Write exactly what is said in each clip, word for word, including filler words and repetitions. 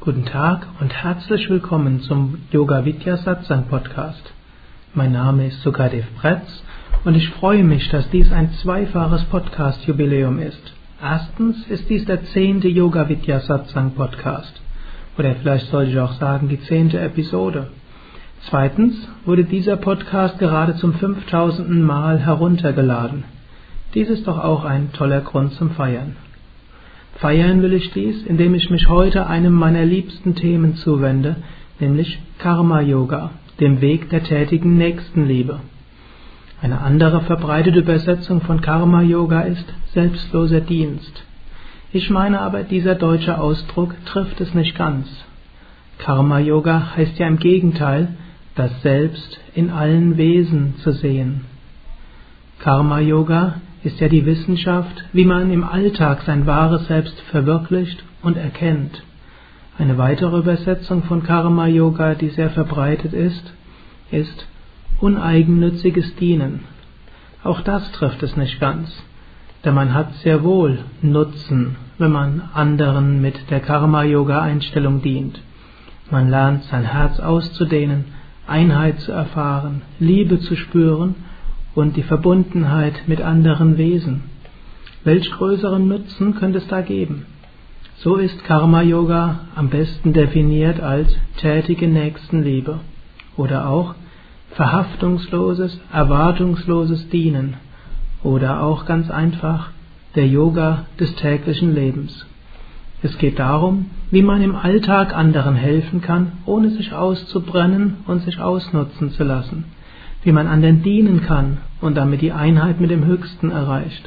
Guten Tag und herzlich willkommen zum Yoga Vidya Satsang Podcast. Mein Name ist Sukadev Bretz und ich freue mich, dass dies ein zweifaches Podcast-Jubiläum ist. Erstens ist dies der zehnte Yoga Vidya Satsang Podcast. Oder vielleicht sollte ich auch sagen, die zehnte Episode. Zweitens wurde dieser Podcast gerade zum fünftausendsten Mal heruntergeladen. Dies ist doch auch ein toller Grund zum Feiern. Feiern will ich dies, indem ich mich heute einem meiner liebsten Themen zuwende, nämlich Karma Yoga, dem Weg der tätigen Nächstenliebe. Eine andere verbreitete Übersetzung von Karma Yoga ist selbstloser Dienst. Ich meine aber, dieser deutsche Ausdruck trifft es nicht ganz. Karma Yoga heißt ja im Gegenteil, das Selbst in allen Wesen zu sehen. Karma Yoga ist ja die Wissenschaft, wie man im Alltag sein wahres Selbst verwirklicht und erkennt. Eine weitere Übersetzung von Karma Yoga, die sehr verbreitet ist, ist uneigennütziges Dienen. Auch das trifft es nicht ganz, denn man hat sehr wohl Nutzen, wenn man anderen mit der Karma Yoga Einstellung dient. Man lernt sein Herz auszudehnen, Einheit zu erfahren, Liebe zu spüren und die Verbundenheit mit anderen Wesen. Welch größeren Nutzen könnte es da geben? So ist Karma Yoga am besten definiert als tätige Nächstenliebe oder auch verhaftungsloses, erwartungsloses Dienen oder auch ganz einfach der Yoga des täglichen Lebens. Es geht darum, wie man im Alltag anderen helfen kann, ohne sich auszubrennen und sich ausnutzen zu lassen. Wie man anderen dienen kann und damit die Einheit mit dem Höchsten erreicht.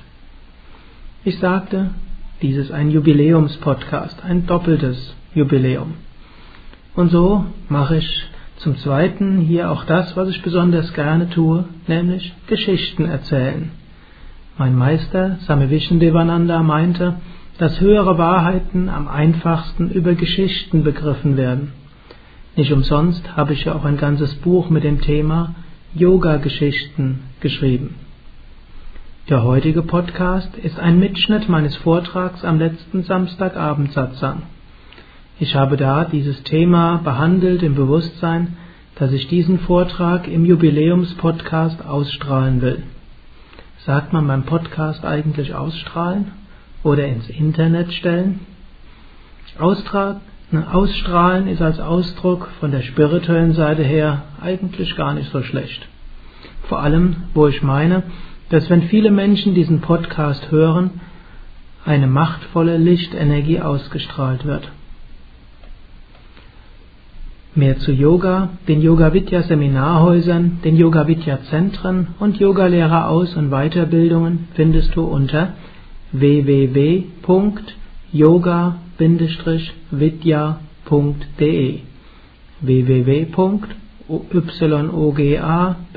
Ich sagte, dies ist ein Jubiläumspodcast, ein doppeltes Jubiläum. Und so mache ich zum Zweiten hier auch das, was ich besonders gerne tue, nämlich Geschichten erzählen. Mein Meister Swami Vishnudevananda meinte, dass höhere Wahrheiten am einfachsten über Geschichten begriffen werden. Nicht umsonst habe ich ja auch ein ganzes Buch mit dem Thema Yoga-Geschichten geschrieben. Der heutige Podcast ist ein Mitschnitt meines Vortrags am letzten Samstagabend Satsang. Ich habe da dieses Thema behandelt im Bewusstsein, dass ich diesen Vortrag im Jubiläumspodcast ausstrahlen will. Sagt man beim Podcast eigentlich ausstrahlen oder ins Internet stellen? Austrag Ausstrahlen ist als Ausdruck von der spirituellen Seite her eigentlich gar nicht so schlecht. Vor allem, wo ich meine, dass wenn viele Menschen diesen Podcast hören, eine machtvolle Lichtenergie ausgestrahlt wird. Mehr zu Yoga, den Yoga Vidya Seminarhäusern, den Yoga Vidya Zentren und Yogalehrer Aus- und Weiterbildungen findest du unter w w w punkt yoga vidya punkt de w w w punkt yoga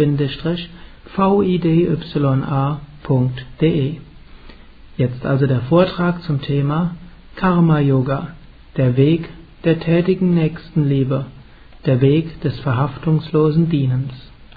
vidya punkt de. Jetzt also der Vortrag zum Thema Karma Yoga, der Weg der tätigen Nächstenliebe, der Weg des verhaftungslosen Dienens.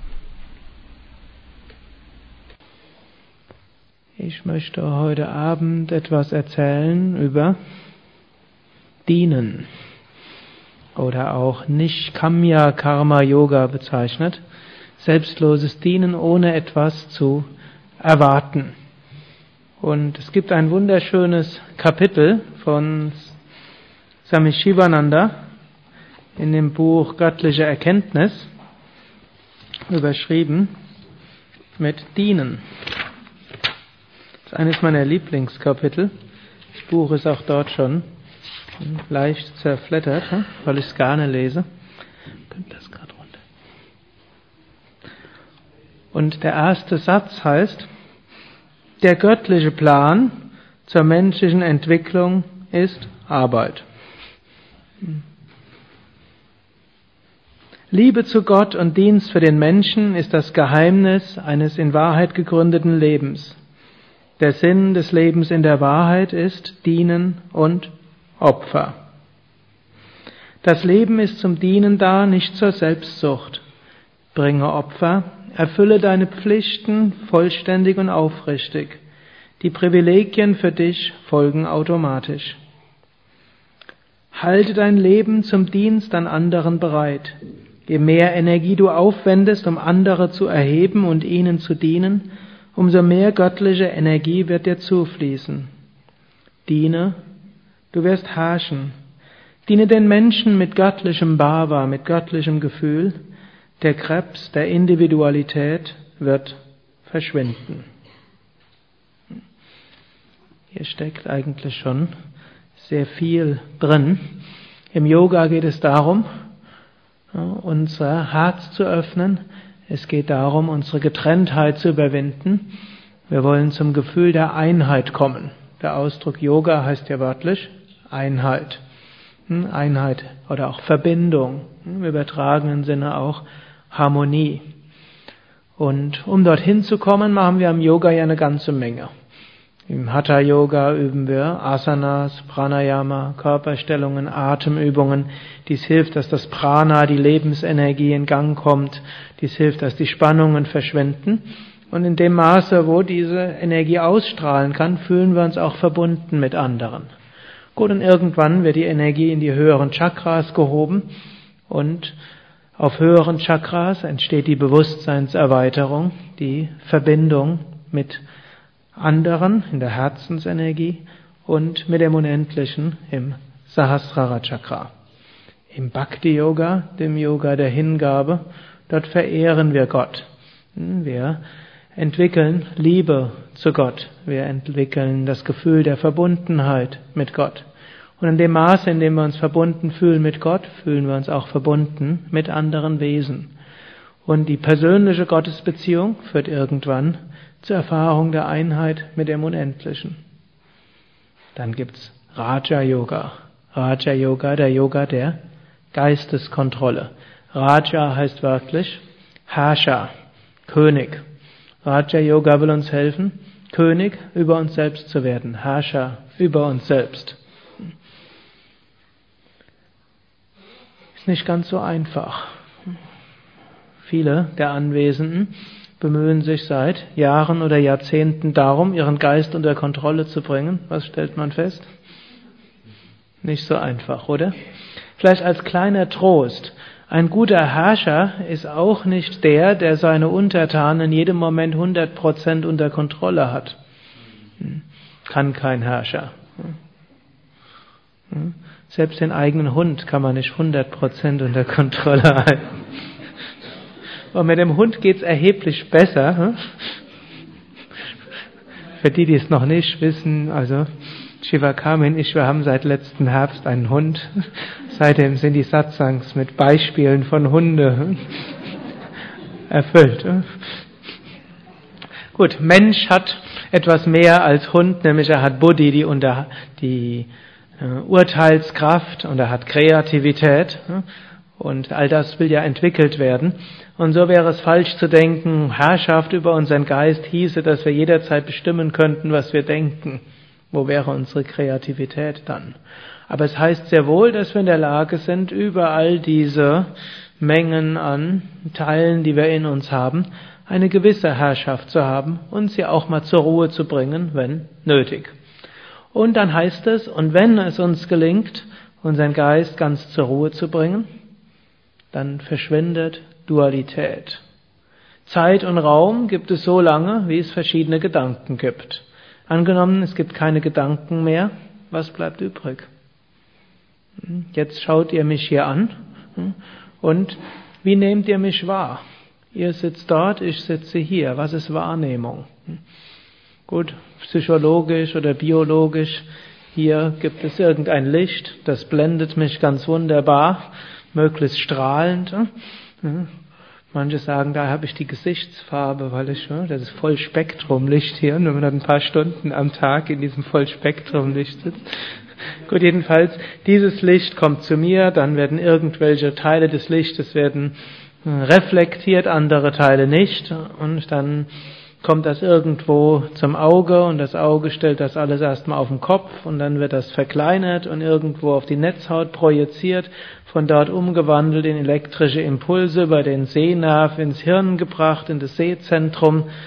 Ich möchte heute Abend etwas erzählen über Dienen oder auch Nishkamya Karma Yoga bezeichnet, selbstloses Dienen ohne etwas zu erwarten. Und es gibt ein wunderschönes Kapitel von Swami Shivananda in dem Buch Göttliche Erkenntnis, überschrieben mit Dienen. Das ist eines meiner Lieblingskapitel. Das Buch ist auch dort schon leicht zerflettert, weil ich es gerne lese. Kommt das gerade runter. Und der erste Satz heißt: Der göttliche Plan zur menschlichen Entwicklung ist Arbeit. Liebe zu Gott und Dienst für den Menschen ist das Geheimnis eines in Wahrheit gegründeten Lebens. Der Sinn des Lebens in der Wahrheit ist Dienen und Opfer. Das Leben ist zum Dienen da, nicht zur Selbstsucht. Bringe Opfer, erfülle deine Pflichten vollständig und aufrichtig. Die Privilegien für dich folgen automatisch. Halte dein Leben zum Dienst an anderen bereit. Je mehr Energie du aufwendest, um andere zu erheben und ihnen zu dienen, umso mehr göttliche Energie wird dir zufließen. Diene, du wirst herrschen. Diene den Menschen mit göttlichem Bhava, mit göttlichem Gefühl. Der Krebs der Individualität wird verschwinden. Hier steckt eigentlich schon sehr viel drin. Im Yoga geht es darum, unser Herz zu öffnen. Es geht darum, unsere Getrenntheit zu überwinden. Wir wollen zum Gefühl der Einheit kommen. Der Ausdruck Yoga heißt ja wörtlich Einheit. Einheit oder auch Verbindung. Im übertragenen Sinne auch Harmonie. Und um dorthin zu kommen, machen wir am Yoga ja eine ganze Menge. Im Hatha Yoga üben wir Asanas, Pranayama, Körperstellungen, Atemübungen. Dies hilft, dass das Prana, die Lebensenergie in Gang kommt. Dies hilft, dass die Spannungen verschwinden. Und in dem Maße, wo diese Energie ausstrahlen kann, fühlen wir uns auch verbunden mit anderen. Gut, und irgendwann wird die Energie in die höheren Chakras gehoben und auf höheren Chakras entsteht die Bewusstseinserweiterung, die Verbindung mit anderen in der Herzensenergie und mit dem Unendlichen im Sahasrara Chakra. Im Bhakti Yoga, dem Yoga der Hingabe, dort verehren wir Gott. Wir entwickeln Liebe zu Gott. Wir entwickeln das Gefühl der Verbundenheit mit Gott. Und in dem Maße, in dem wir uns verbunden fühlen mit Gott, fühlen wir uns auch verbunden mit anderen Wesen. Und die persönliche Gottesbeziehung führt irgendwann zur Erfahrung der Einheit mit dem Unendlichen. Dann gibt's Raja Yoga. Raja Yoga, der Yoga der Geisteskontrolle. Raja heißt wörtlich Herrscher, König. Raja Yoga will uns helfen, König über uns selbst zu werden, Herrscher über uns selbst. Ist nicht ganz so einfach. Viele der Anwesenden bemühen sich seit Jahren oder Jahrzehnten darum, ihren Geist unter Kontrolle zu bringen. Was stellt man fest? Nicht so einfach, oder? Vielleicht als kleiner Trost. Ein guter Herrscher ist auch nicht der, der seine Untertanen in jedem Moment hundert Prozent unter Kontrolle hat. Kann kein Herrscher. Selbst den eigenen Hund kann man nicht hundert Prozent unter Kontrolle halten. Und mit dem Hund geht's erheblich besser. Für die, die es noch nicht wissen, also Shivakami und ich, wir haben seit letzten Herbst einen Hund. Seitdem sind die Satsangs mit Beispielen von Hunde erfüllt. Gut, Mensch hat etwas mehr als Hund, nämlich er hat Buddhi, die, unter, die äh, Urteilskraft, und er hat Kreativität. Und all das will ja entwickelt werden. Und so wäre es falsch zu denken, Herrschaft über unseren Geist hieße, dass wir jederzeit bestimmen könnten, was wir denken. Wo wäre unsere Kreativität dann? Aber es heißt sehr wohl, dass wir in der Lage sind, über all diese Mengen an Teilen, die wir in uns haben, eine gewisse Herrschaft zu haben und sie auch mal zur Ruhe zu bringen, wenn nötig. Und dann heißt es, und wenn es uns gelingt, unseren Geist ganz zur Ruhe zu bringen, dann verschwindet Dualität. Zeit und Raum gibt es so lange, wie es verschiedene Gedanken gibt. Angenommen, es gibt keine Gedanken mehr, was bleibt übrig? Jetzt schaut ihr mich hier an und wie nehmt ihr mich wahr? Ihr sitzt dort, ich sitze hier. Was ist Wahrnehmung? Gut, psychologisch oder biologisch, hier gibt es irgendein Licht, das blendet mich ganz wunderbar, möglichst strahlend. Manche sagen, da habe ich die Gesichtsfarbe, weil ich, das ist Vollspektrumlicht hier, und wenn man dann ein paar Stunden am Tag in diesem Vollspektrumlicht sitzt. Gut, jedenfalls, dieses Licht kommt zu mir, dann werden irgendwelche Teile des Lichtes werden reflektiert, andere Teile nicht, und dann kommt das irgendwo zum Auge, und das Auge stellt das alles erstmal auf den Kopf, und dann wird das verkleinert und irgendwo auf die Netzhaut projiziert, von dort umgewandelt in elektrische Impulse, bei den Sehnerv ins Hirn gebracht, in das Sehzentrum,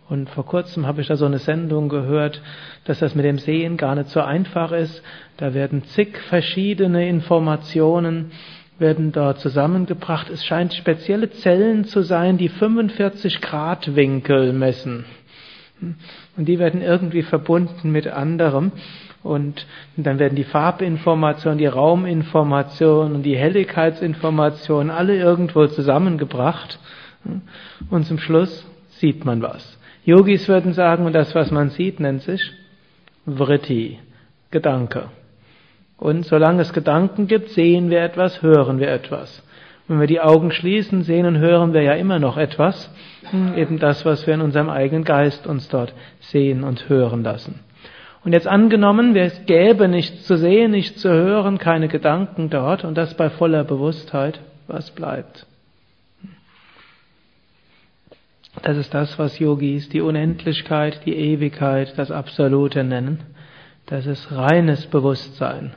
Und vor kurzem habe ich da so eine Sendung gehört, dass das mit dem Sehen gar nicht so einfach ist. Da werden zig verschiedene Informationen werden dort zusammengebracht. Es scheint spezielle Zellen zu sein, die fünfundvierzig Grad Winkel messen. Und die werden irgendwie verbunden mit anderem. Und dann werden die Farbinformationen, die Rauminformationen und die Helligkeitsinformationen alle irgendwo zusammengebracht. Und zum Schluss sieht man was. Yogis würden sagen, und das, was man sieht, nennt sich Vritti, Gedanke. Und solange es Gedanken gibt, sehen wir etwas, hören wir etwas. Wenn wir die Augen schließen, sehen und hören wir ja immer noch etwas, eben das, was wir in unserem eigenen Geist uns dort sehen und hören lassen. Und jetzt angenommen, es gäbe nichts zu sehen, nichts zu hören, keine Gedanken dort, und das bei voller Bewusstheit, was bleibt? Das ist das, was Yogis die Unendlichkeit, die Ewigkeit, das Absolute nennen. Das ist reines Bewusstsein.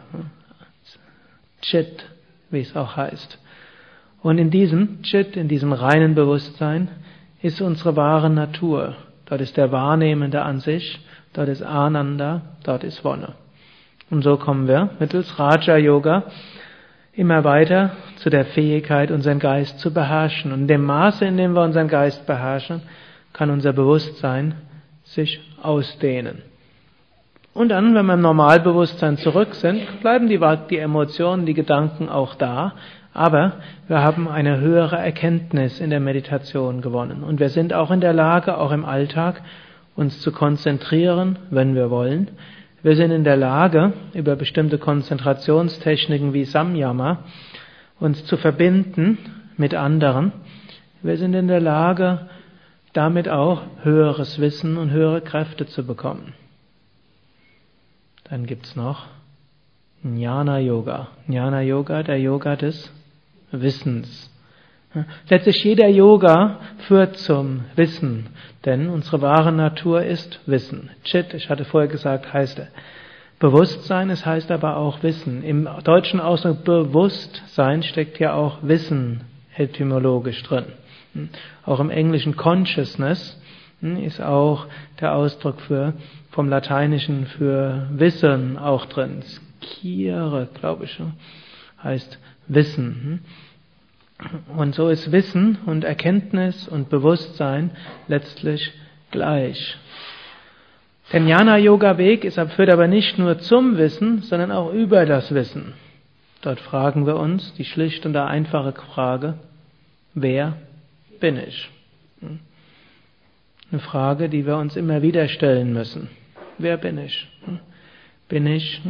Chit, wie es auch heißt. Und in diesem Chit, in diesem reinen Bewusstsein, ist unsere wahre Natur. Dort ist der Wahrnehmende an sich, dort ist Ananda, dort ist Wonne. Und so kommen wir mittels Raja Yoga immer weiter zu der Fähigkeit, unseren Geist zu beherrschen. Und in dem Maße, in dem wir unseren Geist beherrschen, kann unser Bewusstsein sich ausdehnen. Und dann, wenn wir im Normalbewusstsein zurück sind, bleiben die, die Emotionen, die Gedanken auch da, aber wir haben eine höhere Erkenntnis in der Meditation gewonnen. Und wir sind auch in der Lage, auch im Alltag, uns zu konzentrieren, wenn wir wollen. Wir sind in der Lage, über bestimmte Konzentrationstechniken wie Samyama, uns zu verbinden mit anderen. Wir sind in der Lage, damit auch höheres Wissen und höhere Kräfte zu bekommen. Dann gibt's noch Jnana Yoga. Jnana Yoga, der Yoga des Wissens. Letztlich jeder Yoga führt zum Wissen, denn unsere wahre Natur ist Wissen. Chit, ich hatte vorher gesagt, heißt Bewusstsein, es heißt aber auch Wissen. Im deutschen Ausdruck Bewusstsein steckt ja auch Wissen etymologisch drin. Auch im Englischen Consciousness ist auch der Ausdruck für, vom Lateinischen für Wissen auch drin. Skire, glaube ich, heißt Wissen. Und so ist Wissen und Erkenntnis und Bewusstsein letztlich gleich. Der Jnana-Yoga-Weg führt aber nicht nur zum Wissen, sondern auch über das Wissen. Dort fragen wir uns die schlichte und einfache Frage, wer bin ich? Eine Frage, die wir uns immer wieder stellen müssen. Wer bin ich? Bin ich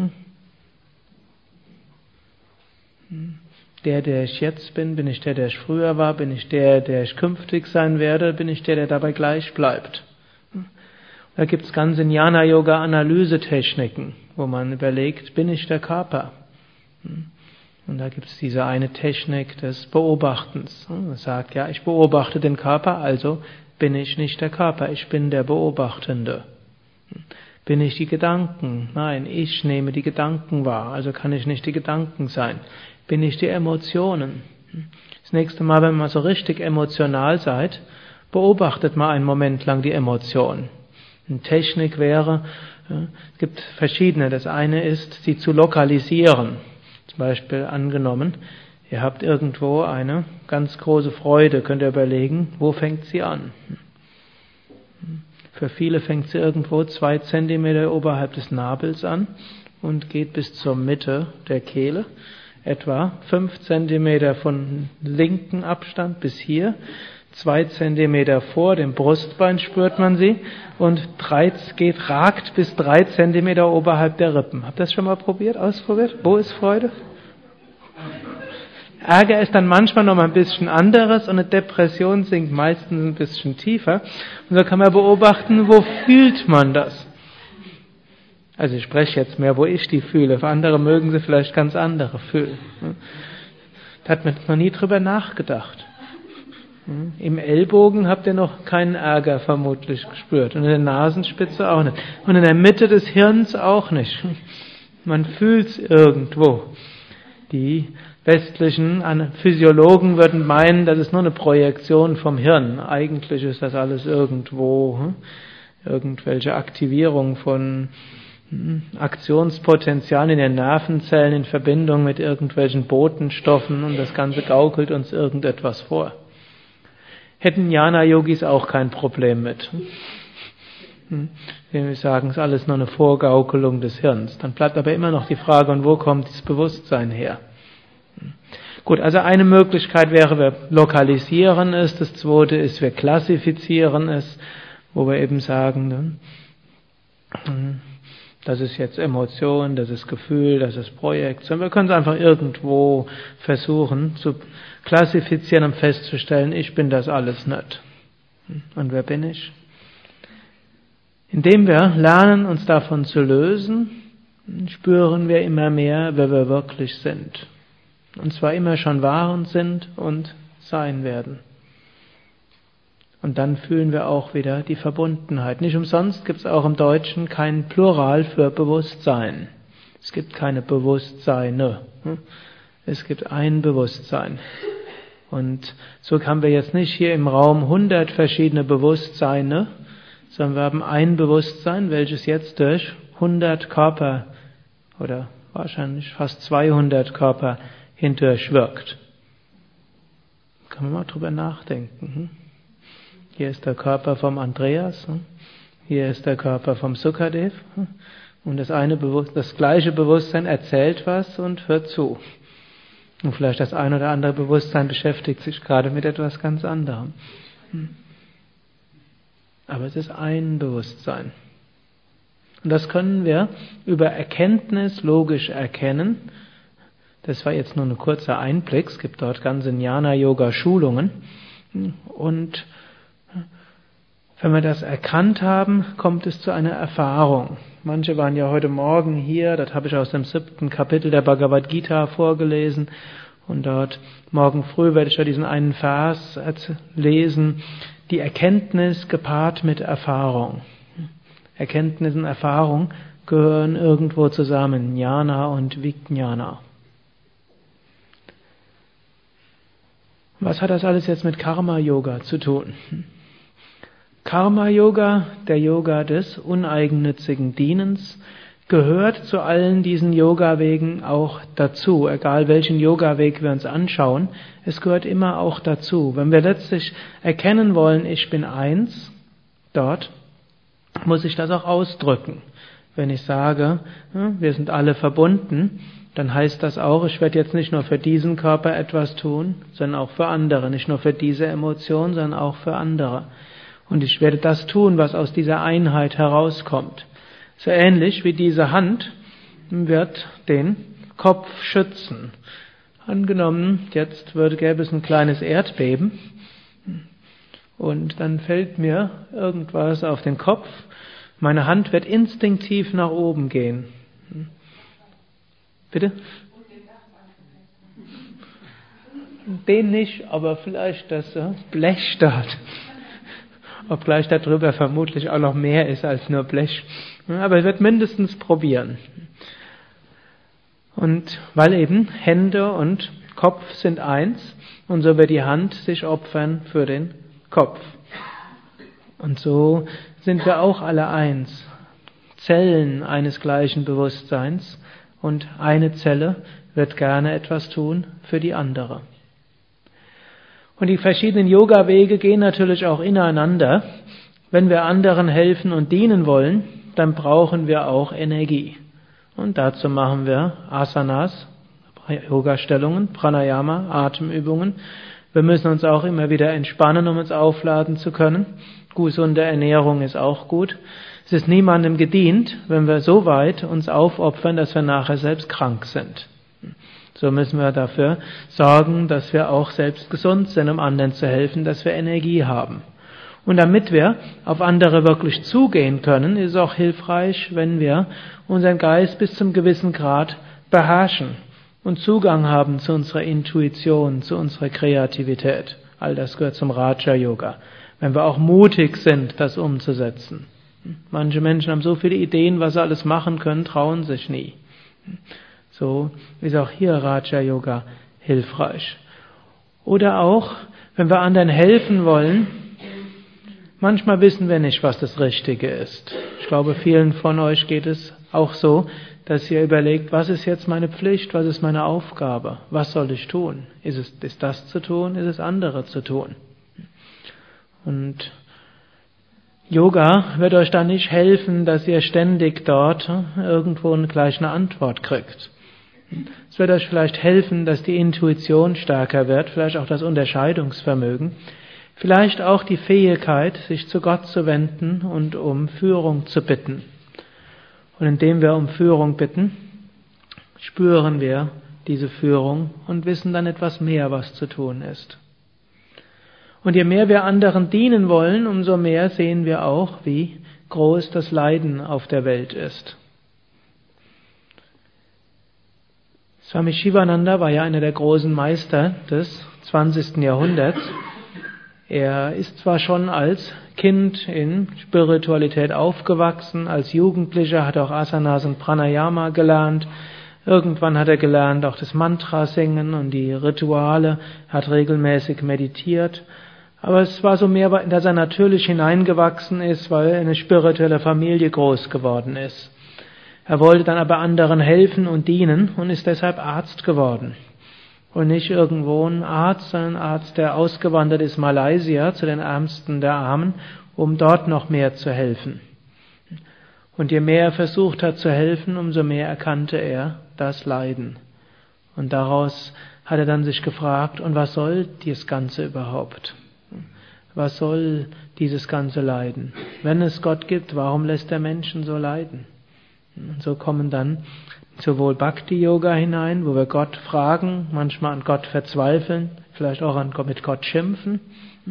der, der ich jetzt bin? Bin ich der, der ich früher war? Bin ich der, der ich künftig sein werde? Bin ich der, der dabei gleich bleibt? Da gibt es ganze Jnana-Yoga-Analysetechniken, wo man überlegt, bin ich der Körper? Und da gibt es diese eine Technik des Beobachtens. Man sagt, ja, ich beobachte den Körper, also bin ich nicht der Körper, ich bin der Beobachtende. Bin ich die Gedanken? Nein, ich nehme die Gedanken wahr, also kann ich nicht die Gedanken sein. Bin ich die Emotionen? Das nächste Mal, wenn man so richtig emotional seid, beobachtet mal einen Moment lang die Emotionen. Eine Technik wäre, es gibt verschiedene. Das eine ist, sie zu lokalisieren. Zum Beispiel angenommen, ihr habt irgendwo eine ganz große Freude, könnt ihr überlegen, wo fängt sie an? Für viele fängt sie irgendwo zwei Zentimeter oberhalb des Nabels an und geht bis zur Mitte der Kehle. Etwa fünf Zentimeter von linken Abstand bis hier, zwei Zentimeter vor dem Brustbein spürt man sie und drei, geht, ragt bis drei Zentimeter oberhalb der Rippen. Habt ihr das schon mal probiert, ausprobiert? Wo ist Freude? Ärger ist dann manchmal noch mal ein bisschen anderes und eine Depression sinkt meistens ein bisschen tiefer. Und so kann man beobachten, wo fühlt man das? Also ich spreche jetzt mehr, wo ich die fühle. Für andere mögen sie vielleicht ganz andere fühlen. Da hat man noch nie drüber nachgedacht. Im Ellbogen habt ihr noch keinen Ärger vermutlich gespürt. Und in der Nasenspitze auch nicht. Und in der Mitte des Hirns auch nicht. Man fühlt es irgendwo. Die, westlichen Physiologen würden meinen, das ist nur eine Projektion vom Hirn. Eigentlich ist das alles irgendwo, hm? Irgendwelche Aktivierung von hm, Aktionspotenzialen in den Nervenzellen in Verbindung mit irgendwelchen Botenstoffen und das Ganze gaukelt uns irgendetwas vor. Hätten Jnana-Yogis auch kein Problem mit. Wir sagen, es ist alles nur eine Vorgaukelung des Hirns. Dann bleibt aber immer noch die Frage, und wo kommt das Bewusstsein her? Gut, also eine Möglichkeit wäre, wir lokalisieren es. Das zweite ist, wir klassifizieren es, wo wir eben sagen, das ist jetzt Emotion, das ist Gefühl, das ist Projektion. Wir können es einfach irgendwo versuchen zu klassifizieren und festzustellen, ich bin das alles nicht. Und wer bin ich? Indem wir lernen, uns davon zu lösen, spüren wir immer mehr, wer wir wirklich sind. Und zwar immer schon waren sind und sein werden. Und dann fühlen wir auch wieder die Verbundenheit. Nicht umsonst gibt es auch im Deutschen kein Plural für Bewusstsein. Es gibt keine Bewusstseine. Es gibt ein Bewusstsein. Und so haben wir jetzt nicht hier im Raum hundert verschiedene Bewusstseine, sondern wir haben ein Bewusstsein, welches jetzt durch hundert Körper oder wahrscheinlich fast zweihundert Körper hindurch wirkt. Kann man mal drüber nachdenken. Hier ist der Körper vom Andreas, hier ist der Körper vom Sukadev und das eine Bewusst- das gleiche Bewusstsein erzählt was und hört zu. Und vielleicht das ein oder andere Bewusstsein beschäftigt sich gerade mit etwas ganz anderem. Aber es ist ein Bewusstsein. Und das können wir über Erkenntnis logisch erkennen. Das war jetzt nur ein kurzer Einblick. Es gibt dort ganze Jnana-Yoga-Schulungen. Und wenn wir das erkannt haben, kommt es zu einer Erfahrung. Manche waren ja heute Morgen hier, das habe ich aus dem siebten Kapitel der Bhagavad Gita vorgelesen. Und dort morgen früh werde ich ja diesen einen Vers lesen. Die Erkenntnis gepaart mit Erfahrung. Erkenntnis und Erfahrung gehören irgendwo zusammen, Jnana und Vijnana. Was hat das alles jetzt mit Karma-Yoga zu tun? Karma-Yoga, der Yoga des uneigennützigen Dienens, gehört zu allen diesen Yoga-Wegen auch dazu, egal welchen Yoga-Weg wir uns anschauen, es gehört immer auch dazu. Wenn wir letztlich erkennen wollen, ich bin eins, dort muss ich das auch ausdrücken. Wenn ich sage, wir sind alle verbunden, dann heißt das auch, ich werde jetzt nicht nur für diesen Körper etwas tun, sondern auch für andere, nicht nur für diese Emotion, sondern auch für andere. Und ich werde das tun, was aus dieser Einheit herauskommt. So ähnlich wie diese Hand wird den Kopf schützen. Angenommen, jetzt würde, gäbe es ein kleines Erdbeben und dann fällt mir irgendwas auf den Kopf. Meine Hand wird instinktiv nach oben gehen. Bitte? Den nicht, aber vielleicht das Blech dort. Obgleich darüber vermutlich auch noch mehr ist als nur Blech. Aber er wird mindestens probieren. Und weil eben Hände und Kopf sind eins, und so wird die Hand sich opfern für den Kopf. Und so sind wir auch alle eins. Zellen eines gleichen Bewusstseins, und eine Zelle wird gerne etwas tun für die andere. Und die verschiedenen Yoga-Wege gehen natürlich auch ineinander. Wenn wir anderen helfen und dienen wollen, dann brauchen wir auch Energie. Und dazu machen wir Asanas, Yoga-Stellungen, Pranayama, Atemübungen. Wir müssen uns auch immer wieder entspannen, um uns aufladen zu können. Gesunde Ernährung ist auch gut. Es ist niemandem gedient, wenn wir so weit uns aufopfern, dass wir nachher selbst krank sind. So müssen wir dafür sorgen, dass wir auch selbst gesund sind, um anderen zu helfen, dass wir Energie haben. Und damit wir auf andere wirklich zugehen können, ist es auch hilfreich, wenn wir unseren Geist bis zum gewissen Grad beherrschen und Zugang haben zu unserer Intuition, zu unserer Kreativität. All das gehört zum Raja Yoga. Wenn wir auch mutig sind, das umzusetzen. Manche Menschen haben so viele Ideen, was sie alles machen können, trauen sich nie. So ist auch hier Raja Yoga hilfreich. Oder auch, wenn wir anderen helfen wollen, manchmal wissen wir nicht, was das Richtige ist. Ich glaube, vielen von euch geht es auch so, dass ihr überlegt, was ist jetzt meine Pflicht, was ist meine Aufgabe, was soll ich tun? Ist es ist das zu tun, ist es andere zu tun? Und Yoga wird euch da nicht helfen, dass ihr ständig dort irgendwo gleich eine Antwort kriegt. Es wird euch vielleicht helfen, dass die Intuition stärker wird, vielleicht auch das Unterscheidungsvermögen, vielleicht auch die Fähigkeit, sich zu Gott zu wenden und um Führung zu bitten. Und indem wir um Führung bitten, spüren wir diese Führung und wissen dann etwas mehr, was zu tun ist. Und je mehr wir anderen dienen wollen, umso mehr sehen wir auch, wie groß das Leiden auf der Welt ist. Swami Shivananda war ja einer der großen Meister des zwanzigsten Jahrhunderts. Er ist zwar schon als Kind in Spiritualität aufgewachsen, als Jugendlicher hat er auch Asanas und Pranayama gelernt. Irgendwann hat er gelernt, auch das Mantra singen und die Rituale, hat regelmäßig meditiert. Aber es war so mehr, dass er natürlich hineingewachsen ist, weil er in eine spirituelle Familie groß geworden ist. Er wollte dann aber anderen helfen und dienen und ist deshalb Arzt geworden. Und nicht irgendwo ein Arzt, sondern ein Arzt, der ausgewandert ist, Malaysia, zu den Ärmsten der Armen, um dort noch mehr zu helfen. Und je mehr er versucht hat zu helfen, umso mehr erkannte er das Leiden. Und daraus hat er dann sich gefragt, und was soll dieses Ganze überhaupt? Was soll dieses ganze Leiden? Wenn es Gott gibt, warum lässt er Menschen so leiden? Und so kommen dann sowohl Bhakti-Yoga hinein, wo wir Gott fragen, manchmal an Gott verzweifeln, vielleicht auch an Gott, mit Gott schimpfen.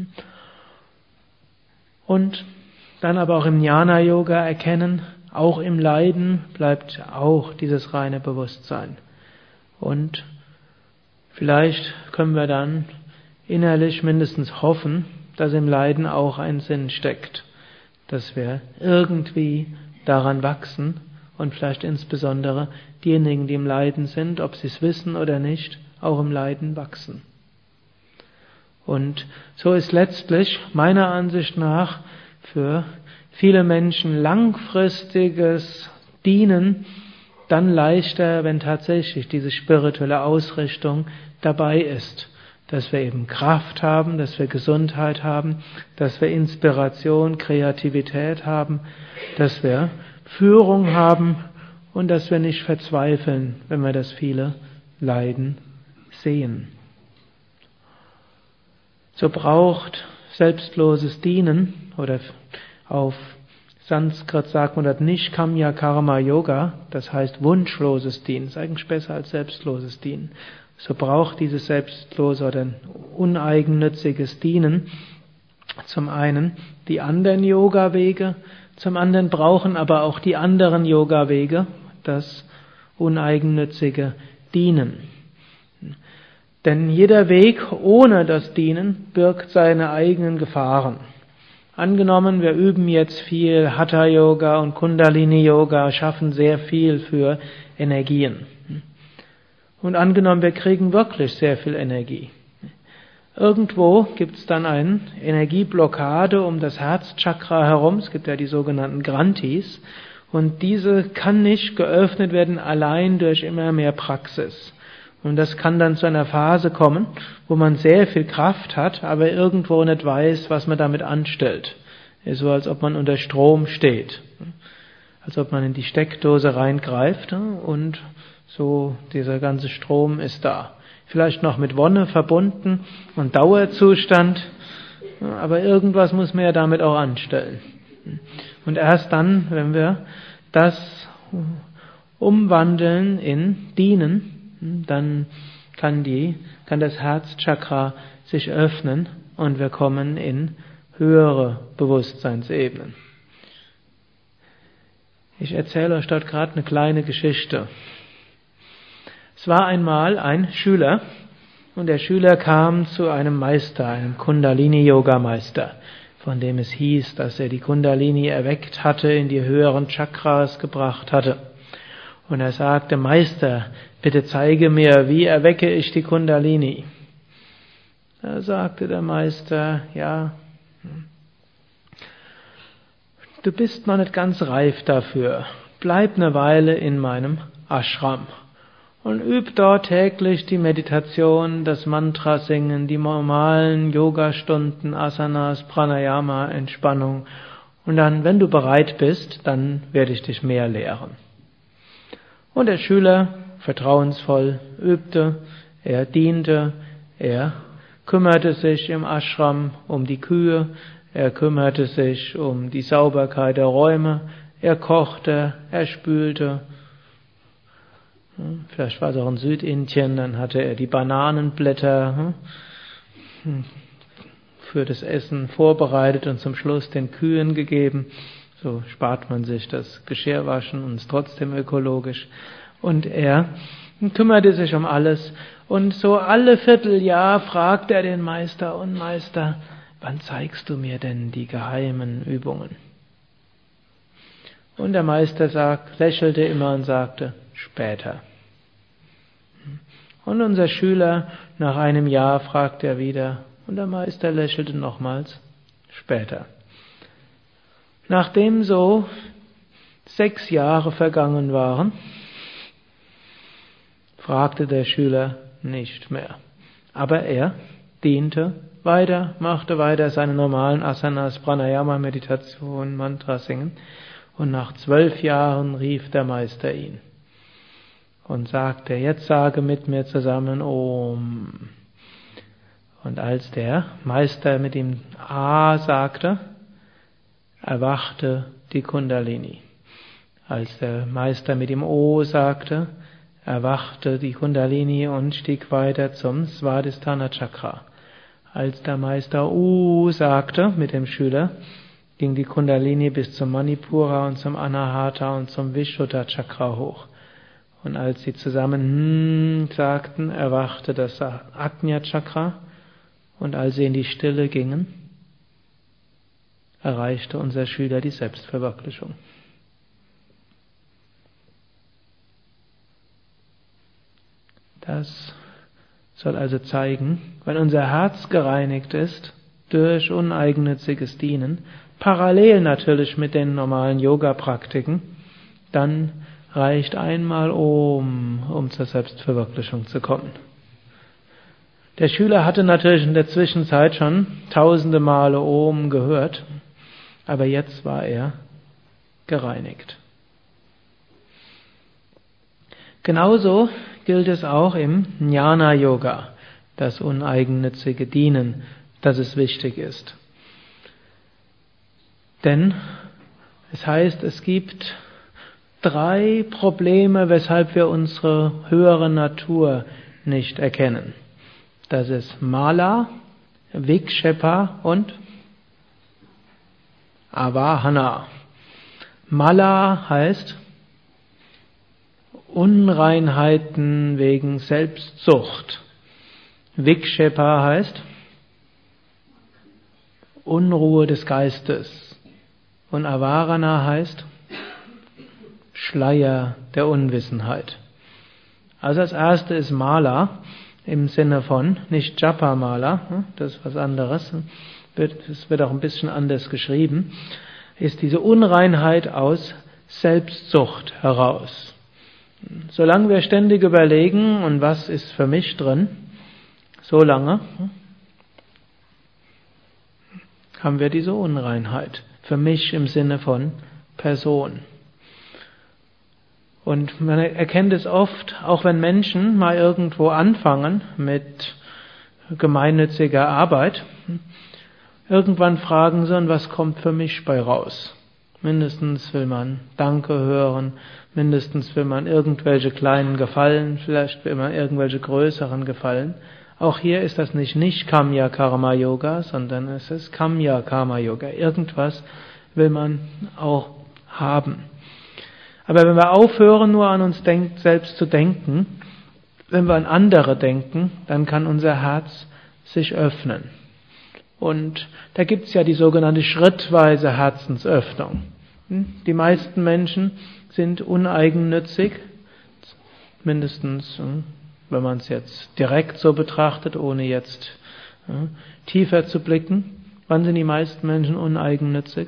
Und dann aber auch im Jnana-Yoga erkennen, auch im Leiden bleibt auch dieses reine Bewusstsein. Und vielleicht können wir dann innerlich mindestens hoffen, dass im Leiden auch ein Sinn steckt, dass wir irgendwie daran wachsen und vielleicht insbesondere diejenigen, die im Leiden sind, ob sie es wissen oder nicht, auch im Leiden wachsen. Und so ist letztlich meiner Ansicht nach für viele Menschen langfristiges Dienen dann leichter, wenn tatsächlich diese spirituelle Ausrichtung dabei ist. Dass wir eben Kraft haben, dass wir Gesundheit haben, dass wir Inspiration, Kreativität haben, dass wir Führung haben und dass wir nicht verzweifeln, wenn wir das viele Leiden sehen. So braucht selbstloses Dienen, oder auf Sanskrit sagt man das Nishkamya Karma Yoga, das heißt wunschloses Dienen, ist eigentlich besser als selbstloses Dienen. So braucht dieses selbstlose oder uneigennütziges Dienen zum einen die anderen Yoga-Wege, zum anderen brauchen aber auch die anderen Yoga-Wege das uneigennützige Dienen. Denn jeder Weg ohne das Dienen birgt seine eigenen Gefahren. Angenommen, wir üben jetzt viel Hatha-Yoga und Kundalini-Yoga, schaffen sehr viel für Energien. Und angenommen, wir kriegen wirklich sehr viel Energie. Irgendwo gibt es dann eine Energieblockade um das Herzchakra herum. Es gibt ja die sogenannten Granthis. Und diese kann nicht geöffnet werden allein durch immer mehr Praxis. Und das kann dann zu einer Phase kommen, wo man sehr viel Kraft hat, aber irgendwo nicht weiß, was man damit anstellt. Ist so, als ob man unter Strom steht. Als ob man in die Steckdose reingreift und so dieser ganze Strom ist da. Vielleicht noch mit Wonne verbunden und Dauerzustand, aber irgendwas muss man ja damit auch anstellen. Und erst dann, wenn wir das umwandeln in Dienen, dann kann die, kann das Herzchakra sich öffnen und wir kommen in höhere Bewusstseinsebenen. Ich erzähle euch dort gerade eine kleine Geschichte. Es war einmal ein Schüler und der Schüler kam zu einem Meister, einem Kundalini-Yoga-Meister, von dem es hieß, dass er die Kundalini erweckt hatte, in die höheren Chakras gebracht hatte. Und er sagte, Meister, bitte zeige mir, wie erwecke ich die Kundalini? Da sagte der Meister, ja, du bist noch nicht ganz reif dafür. Bleib eine Weile in meinem Ashram und üb dort täglich die Meditation, das Mantra singen, die normalen Yoga-Stunden, Asanas, Pranayama, Entspannung. Und dann, wenn du bereit bist, dann werde ich dich mehr lehren. Und der Schüler, vertrauensvoll, übte, er diente, er kümmerte sich im Ashram um die Kühe, er kümmerte sich um die Sauberkeit der Räume, er kochte, er spülte. Vielleicht war es auch in Südindien, dann hatte er die Bananenblätter für das Essen vorbereitet und zum Schluss den Kühen gegeben. So spart man sich das Geschirrwaschen und ist trotzdem ökologisch. Und er kümmerte sich um alles. Und so alle Vierteljahr fragte er den Meister, und Meister, wann zeigst du mir denn die geheimen Übungen? Und der Meister sagt, lächelte immer und sagte, später. Und unser Schüler, nach einem Jahr, fragte er wieder, und der Meister lächelte nochmals, später. Nachdem so sechs Jahre vergangen waren, fragte der Schüler nicht mehr. Aber er diente weiter, machte weiter seine normalen Asanas, Pranayama, Meditation, Mantra singen. Und nach zwölf Jahren rief der Meister ihn und sagte, jetzt sage mit mir zusammen Om. Und als der Meister mit ihm A sagte, erwachte die Kundalini. Als der Meister mit ihm O sagte, erwachte die Kundalini und stieg weiter zum Svadhisthana Chakra. Als der Meister U sagte mit dem Schüler, ging die Kundalini bis zum Manipura und zum Anahata und zum Vishuddha Chakra hoch. Und als sie zusammen hm sagten, erwachte das Ajna Chakra. Und als sie in die Stille gingen, erreichte unser Schüler die Selbstverwirklichung. Das soll also zeigen, wenn unser Herz gereinigt ist, durch uneigennütziges Dienen, parallel natürlich mit den normalen Yoga-Praktiken, dann reicht einmal Om, um zur Selbstverwirklichung zu kommen. Der Schüler hatte natürlich in der Zwischenzeit schon tausende Male Om gehört, aber jetzt war er gereinigt. Genauso gilt es auch im Jnana-Yoga, das uneigennützige Dienen, dass es wichtig ist. Denn es heißt, es gibt drei Probleme, weshalb wir unsere höhere Natur nicht erkennen. Das ist Mala, Vikshepa und Avahana. Mala heißt Unreinheiten wegen Selbstsucht. Vikshepa heißt Unruhe des Geistes. Und Avarana heißt Schleier der Unwissenheit. Also das erste ist Mala. Im Sinne von, nicht Japa-Mala, das ist was anderes, es wird auch ein bisschen anders geschrieben, ist diese Unreinheit aus Selbstsucht heraus. Solange wir ständig überlegen, und was ist für mich drin, solange haben wir diese Unreinheit. Für mich im Sinne von Person. Und man erkennt es oft, auch wenn Menschen mal irgendwo anfangen mit gemeinnütziger Arbeit, irgendwann fragen sie, und was kommt für mich bei raus? Mindestens will man Danke hören, mindestens will man irgendwelche kleinen Gefallen, vielleicht will man irgendwelche größeren Gefallen. Auch hier ist das nicht Nishkamya Karma Yoga, sondern es ist Kamya Karma Yoga. Irgendwas will man auch haben. Aber wenn wir aufhören, nur an uns denk- selbst zu denken, wenn wir an andere denken, dann kann unser Herz sich öffnen. Und da gibt es ja die sogenannte schrittweise Herzensöffnung. Die meisten Menschen sind uneigennützig mindestens, wenn man es jetzt direkt so betrachtet, ohne jetzt ja, tiefer zu blicken. Wann sind die meisten Menschen uneigennützig?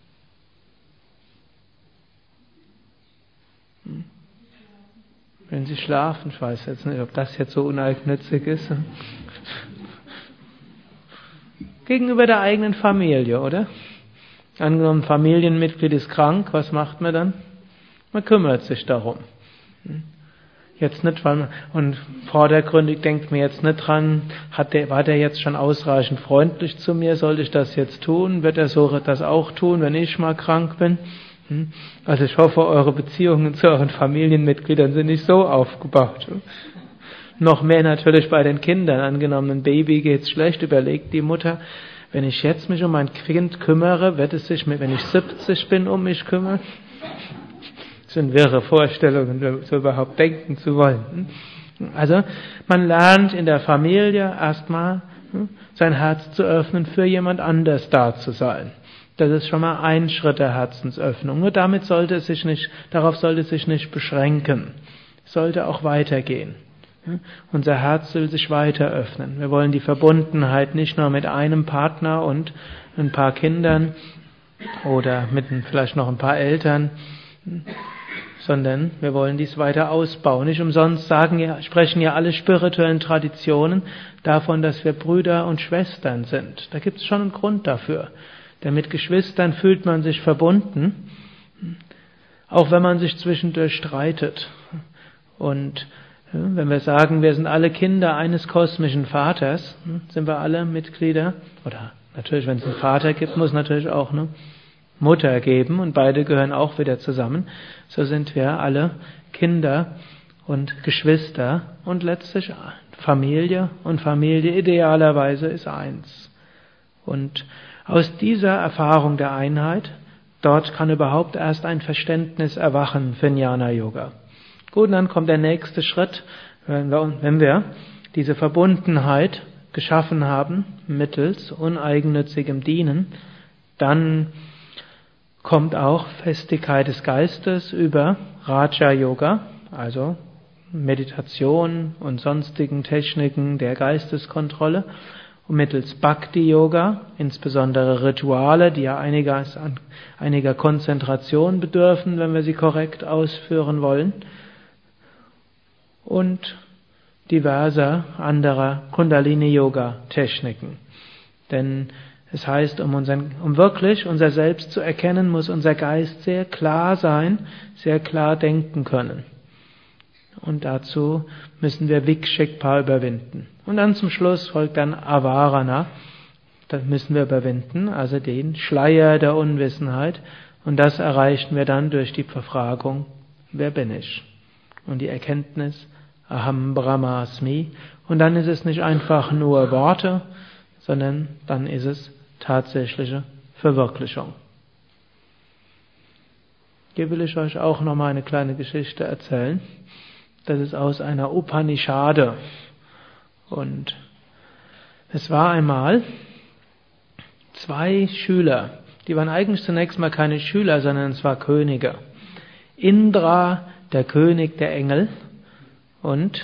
Hm. Wenn sie schlafen, ich weiß jetzt nicht, ob das jetzt so uneigennützig ist. Gegenüber der eigenen Familie, oder? Angenommen, ein Familienmitglied ist krank, was macht man dann? Man kümmert sich darum. Jetzt nicht, weil man, und vordergründig denkt mir jetzt nicht dran, hat der, war der jetzt schon ausreichend freundlich zu mir, soll ich das jetzt tun? Wird er so das auch tun, wenn ich mal krank bin? Also ich hoffe, eure Beziehungen zu euren Familienmitgliedern sind nicht so aufgebaut. Noch mehr natürlich bei den Kindern. Angenommen, ein Baby geht's schlecht, überlegt die Mutter, wenn ich jetzt mich um mein Kind kümmere, wird es sich, wenn ich siebzig bin, um mich kümmern? Das sind wirre Vorstellungen, so überhaupt denken zu wollen. Also, man lernt in der Familie erstmal sein Herz zu öffnen, für jemand anders da zu sein. Das ist schon mal ein Schritt der Herzensöffnung. Nur damit sollte es sich nicht, darauf sollte es sich nicht beschränken. Es sollte auch weitergehen. Unser Herz will sich weiter öffnen. Wir wollen die Verbundenheit nicht nur mit einem Partner und ein paar Kindern oder mit vielleicht noch ein paar Eltern, sondern wir wollen dies weiter ausbauen. Nicht umsonst sagen ja, sprechen ja alle spirituellen Traditionen davon, dass wir Brüder und Schwestern sind. Da gibt es schon einen Grund dafür. Denn mit Geschwistern fühlt man sich verbunden, auch wenn man sich zwischendurch streitet. Und wenn wir sagen, wir sind alle Kinder eines kosmischen Vaters, sind wir alle Mitglieder, oder natürlich, wenn es einen Vater gibt, muss es natürlich auch eine Mutter geben und beide gehören auch wieder zusammen. So sind wir alle Kinder und Geschwister und letztlich Familie, und Familie idealerweise ist eins. Und aus dieser Erfahrung der Einheit, dort kann überhaupt erst ein Verständnis erwachen für Jnana Yoga. Gut, und dann kommt der nächste Schritt, wenn wir, wenn wir diese Verbundenheit geschaffen haben mittels uneigennützigem Dienen, dann kommt auch Festigkeit des Geistes über Raja Yoga, also Meditation und sonstigen Techniken der Geisteskontrolle, und mittels Bhakti Yoga, insbesondere Rituale, die ja einiger, einiger Konzentration bedürfen, wenn wir sie korrekt ausführen wollen, und diverser anderer Kundalini-Yoga-Techniken. Denn es heißt, um, unseren, um wirklich unser Selbst zu erkennen, muss unser Geist sehr klar sein, sehr klar denken können. Und dazu müssen wir Vikshikpa überwinden. Und dann zum Schluss folgt dann Avarana. Das müssen wir überwinden, also den Schleier der Unwissenheit. Und das erreichen wir dann durch die Befragung, wer bin ich? Und die Erkenntnis, Aham Brahmasmi. Und dann ist es nicht einfach nur Worte, sondern dann ist es tatsächliche Verwirklichung. Hier will ich euch auch nochmal eine kleine Geschichte erzählen. Das ist aus einer Upanishade. Und es war einmal zwei Schüler, die waren eigentlich zunächst mal keine Schüler, sondern es war Könige. Indra, der König der Engel, und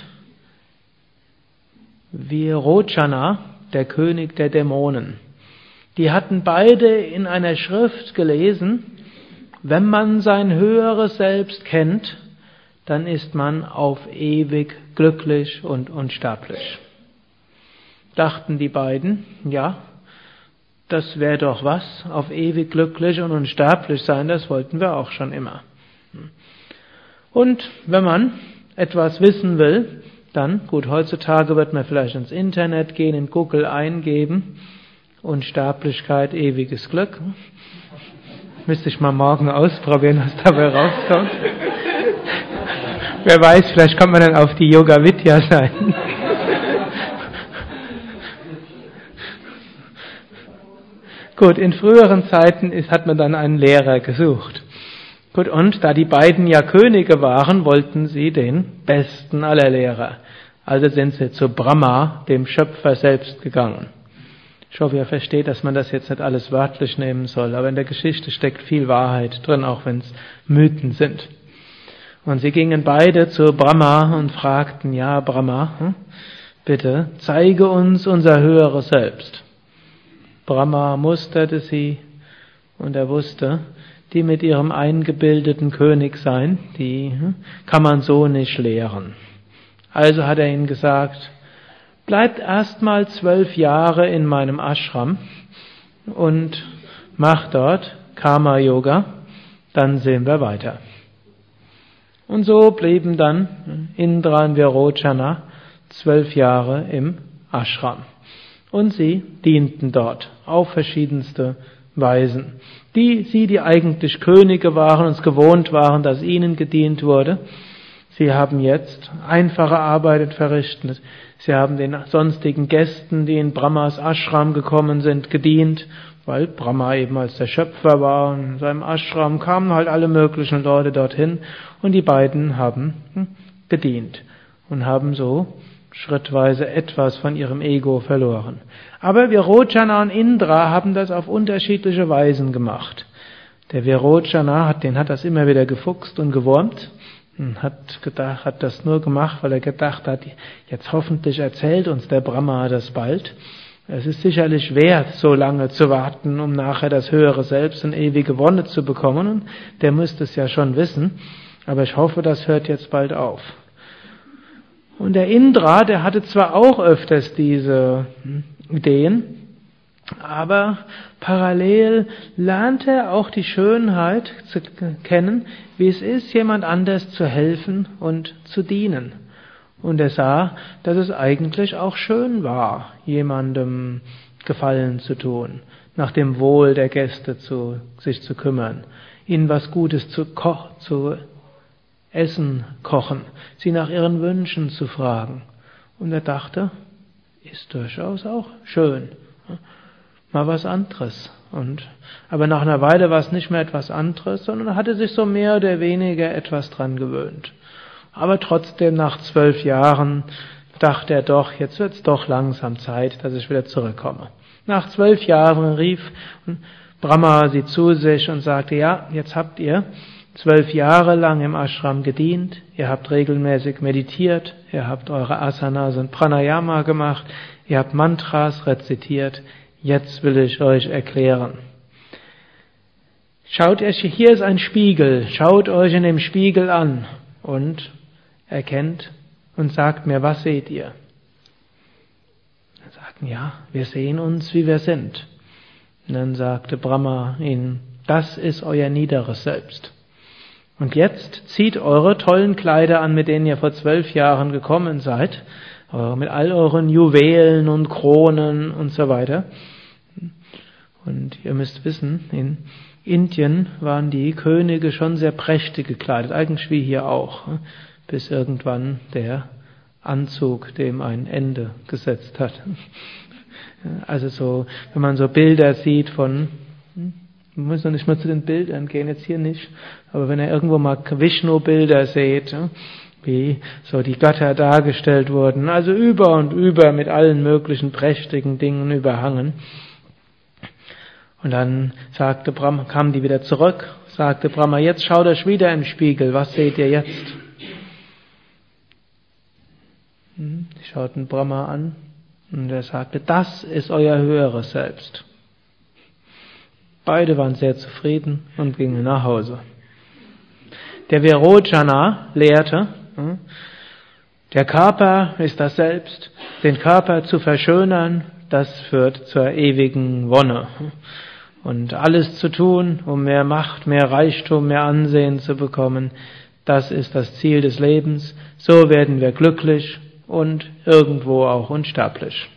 Virochana, der König der Dämonen. Die hatten beide in einer Schrift gelesen, wenn man sein höheres Selbst kennt, dann ist man auf ewig glücklich und unsterblich. Dachten die beiden, ja, das wäre doch was, auf ewig glücklich und unsterblich sein, das wollten wir auch schon immer. Und wenn man etwas wissen will, dann, gut, heutzutage wird man vielleicht ins Internet gehen, in Google eingeben, Unsterblichkeit, ewiges Glück. Müsste ich mal morgen ausprobieren, was dabei rauskommt. Wer weiß, vielleicht kommt man dann auf die Yoga Vidya Seiten. Gut, in früheren Zeiten ist, hat man dann einen Lehrer gesucht. Gut, und da die beiden ja Könige waren, wollten sie den besten aller Lehrer. Also sind sie zu Brahma, dem Schöpfer selbst, gegangen. Ich hoffe, ihr versteht, dass man das jetzt nicht alles wörtlich nehmen soll, aber in der Geschichte steckt viel Wahrheit drin, auch wenn es Mythen sind. Und sie gingen beide zu Brahma und fragten, ja Brahma, bitte zeige uns unser höheres Selbst. Brahma musterte sie und er wusste, die mit ihrem eingebildeten König sein, die kann man so nicht lehren. Also hat er ihnen gesagt, bleibt erstmal zwölf Jahre in meinem Ashram und macht dort Karma-Yoga, dann sehen wir weiter. Und so blieben dann Indra und Virochana zwölf Jahre im Ashram. Und sie dienten dort auf verschiedenste Weisen. Die, sie, die eigentlich Könige waren und es gewohnt waren, dass ihnen gedient wurde, sie haben jetzt einfache Arbeit verrichtet. Sie haben den sonstigen Gästen, die in Brahmas Ashram gekommen sind, gedient, weil Brahma eben als der Schöpfer war und in seinem Ashram kamen halt alle möglichen Leute dorthin und die beiden haben gedient und haben so schrittweise etwas von ihrem Ego verloren. Aber Virochana und Indra haben das auf unterschiedliche Weisen gemacht. Der Virochana, hat, den hat das immer wieder gefuchst und gewurmt und hat gedacht, hat das nur gemacht, weil er gedacht hat, jetzt hoffentlich erzählt uns der Brahma das bald. Es ist sicherlich wert, so lange zu warten, um nachher das höhere Selbst und ewige Wonne zu bekommen. Und der müsste es ja schon wissen. Aber ich hoffe, das hört jetzt bald auf. Und der Indra, der hatte zwar auch öfters diese Ideen, aber parallel lernte er auch die Schönheit zu kennen, wie es ist, jemand anders zu helfen und zu dienen. Und er sah, dass es eigentlich auch schön war, jemandem Gefallen zu tun, nach dem Wohl der Gäste zu, sich zu kümmern, ihnen was Gutes zu, ko- zu essen, kochen, sie nach ihren Wünschen zu fragen. Und er dachte, ist durchaus auch schön, mal was anderes. Und, aber nach einer Weile war es nicht mehr etwas anderes, sondern er hatte sich so mehr oder weniger etwas dran gewöhnt. Aber trotzdem, nach zwölf Jahren, dachte er doch, jetzt wird's doch langsam Zeit, dass ich wieder zurückkomme. Nach zwölf Jahren rief Brahma sie zu sich und sagte, ja, jetzt habt ihr zwölf Jahre lang im Ashram gedient, ihr habt regelmäßig meditiert, ihr habt eure Asanas und Pranayama gemacht, ihr habt Mantras rezitiert, jetzt will ich euch erklären. Schaut euch, hier ist ein Spiegel, schaut euch in dem Spiegel an und erkennt und sagt mir, was seht ihr? Dann sagten, ja, wir sehen uns, wie wir sind. Und dann sagte Brahma ihnen, das ist euer niederes Selbst. Und jetzt zieht eure tollen Kleider an, mit denen ihr vor zwölf Jahren gekommen seid, mit all euren Juwelen und Kronen und so weiter. Und ihr müsst wissen, in Indien waren die Könige schon sehr prächtig gekleidet, eigentlich wie hier auch, bis irgendwann der Anzug dem ein Ende gesetzt hat. Also so, wenn man so Bilder sieht von, wir müssen noch nicht mal zu den Bildern gehen, jetzt hier nicht, aber wenn ihr irgendwo mal Vishnu-Bilder seht, wie so die Götter dargestellt wurden, also über und über mit allen möglichen prächtigen Dingen überhangen. Und dann sagte Brahma, kamen die wieder zurück, sagte Brahma, jetzt schaut euch wieder im Spiegel, was seht ihr jetzt? Die schauten Brahma an und er sagte, das ist euer höheres Selbst. Beide waren sehr zufrieden und gingen nach Hause. Der Virochana lehrte, der Körper ist das Selbst, den Körper zu verschönern, das führt zur ewigen Wonne. Und alles zu tun, um mehr Macht, mehr Reichtum, mehr Ansehen zu bekommen, das ist das Ziel des Lebens. So werden wir glücklich und irgendwo auch unsterblich.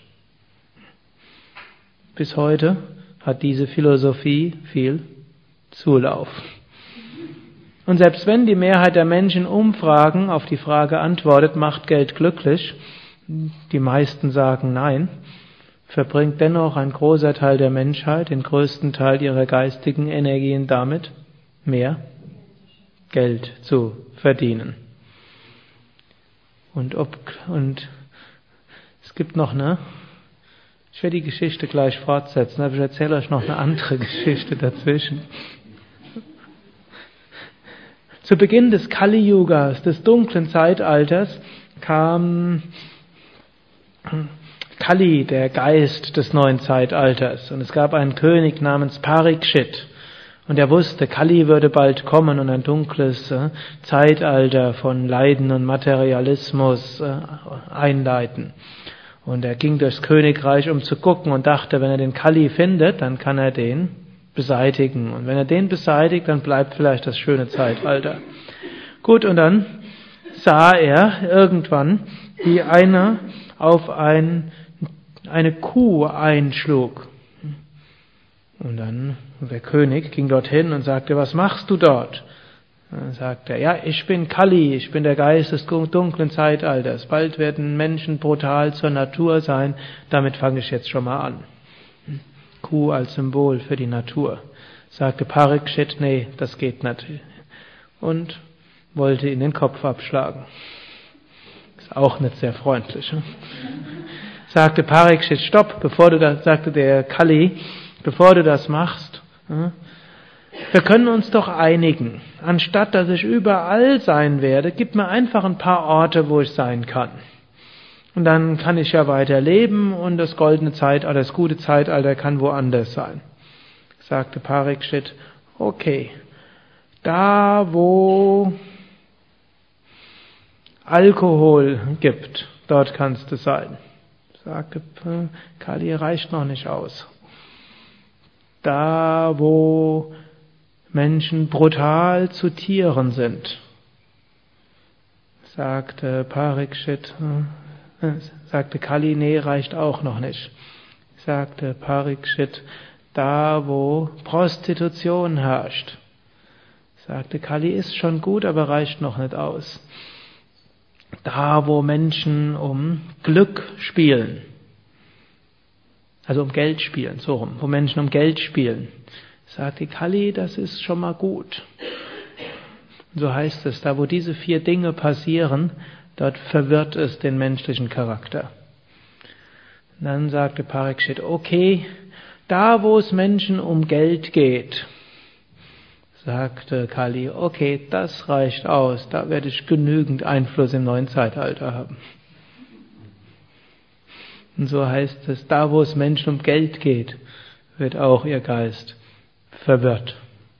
Bis heute hat diese Philosophie viel Zulauf. Und selbst wenn die Mehrheit der Menschen Umfragen auf die Frage antwortet, macht Geld glücklich, die meisten sagen nein, verbringt dennoch ein großer Teil der Menschheit den größten Teil ihrer geistigen Energien damit, mehr Geld zu verdienen. Und ob, und es gibt noch eine, ich werde die Geschichte gleich fortsetzen, aber ich erzähle euch noch eine andere Geschichte dazwischen. Zu Beginn des Kali-Yugas, des dunklen Zeitalters, kam Kali, der Geist des neuen Zeitalters. Und es gab einen König namens Parikshit. Und er wusste, Kali würde bald kommen und ein dunkles äh, Zeitalter von Leiden und Materialismus äh, einleiten. Und er ging durchs Königreich, um zu gucken und dachte, wenn er den Kali findet, dann kann er den beseitigen. Und wenn er den beseitigt, dann bleibt vielleicht das schöne Zeitalter. Gut, und dann sah er irgendwann, wie einer auf ein, eine Kuh einschlug. Und dann, der König ging dorthin und sagte, was machst du dort? Dann sagte er, ja, ich bin Kali, ich bin der Geist des dunklen Zeitalters. Bald werden Menschen brutal zur Natur sein, damit fange ich jetzt schon mal an. Kuh als Symbol für die Natur. Sagte Parikshit, nee, das geht nicht. Und wollte ihn den Kopf abschlagen. Ist auch nicht sehr freundlich. Ne? Sagte Parikshit, stopp, bevor du das, sagte der Kali, bevor du das machst, ne? Wir können uns doch einigen. Anstatt dass ich überall sein werde, gib mir einfach ein paar Orte, wo ich sein kann. Und dann kann ich ja weiter leben und das goldene Zeitalter, das gute Zeitalter kann woanders sein. Sagte Parikshit, okay, da wo Alkohol gibt, dort kannst du sein. Sagte Kali, reicht noch nicht aus. Da wo Menschen brutal zu Tieren sind, sagte Parikshit, sagte Kali, nee, reicht auch noch nicht. Sagte Parikshit, da wo Prostitution herrscht. Sagte Kali, ist schon gut, aber reicht noch nicht aus. Da wo Menschen um Glück spielen, also um Geld spielen, so rum, wo Menschen um Geld spielen. Sagte Kali, das ist schon mal gut. Und so heißt es, da wo diese vier Dinge passieren, dort verwirrt es den menschlichen Charakter. Und dann sagte Parikshit, okay, da wo es Menschen um Geld geht, sagte Kali, okay, das reicht aus, da werde ich genügend Einfluss im neuen Zeitalter haben. Und so heißt es, da wo es Menschen um Geld geht, wird auch ihr Geist verwirrt.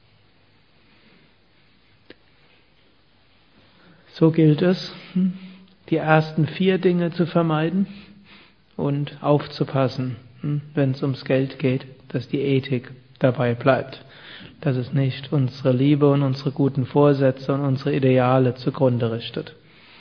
So gilt es, die ersten vier Dinge zu vermeiden und aufzupassen, wenn es ums Geld geht, dass die Ethik dabei bleibt, dass es nicht unsere Liebe und unsere guten Vorsätze und unsere Ideale zugrunde richtet.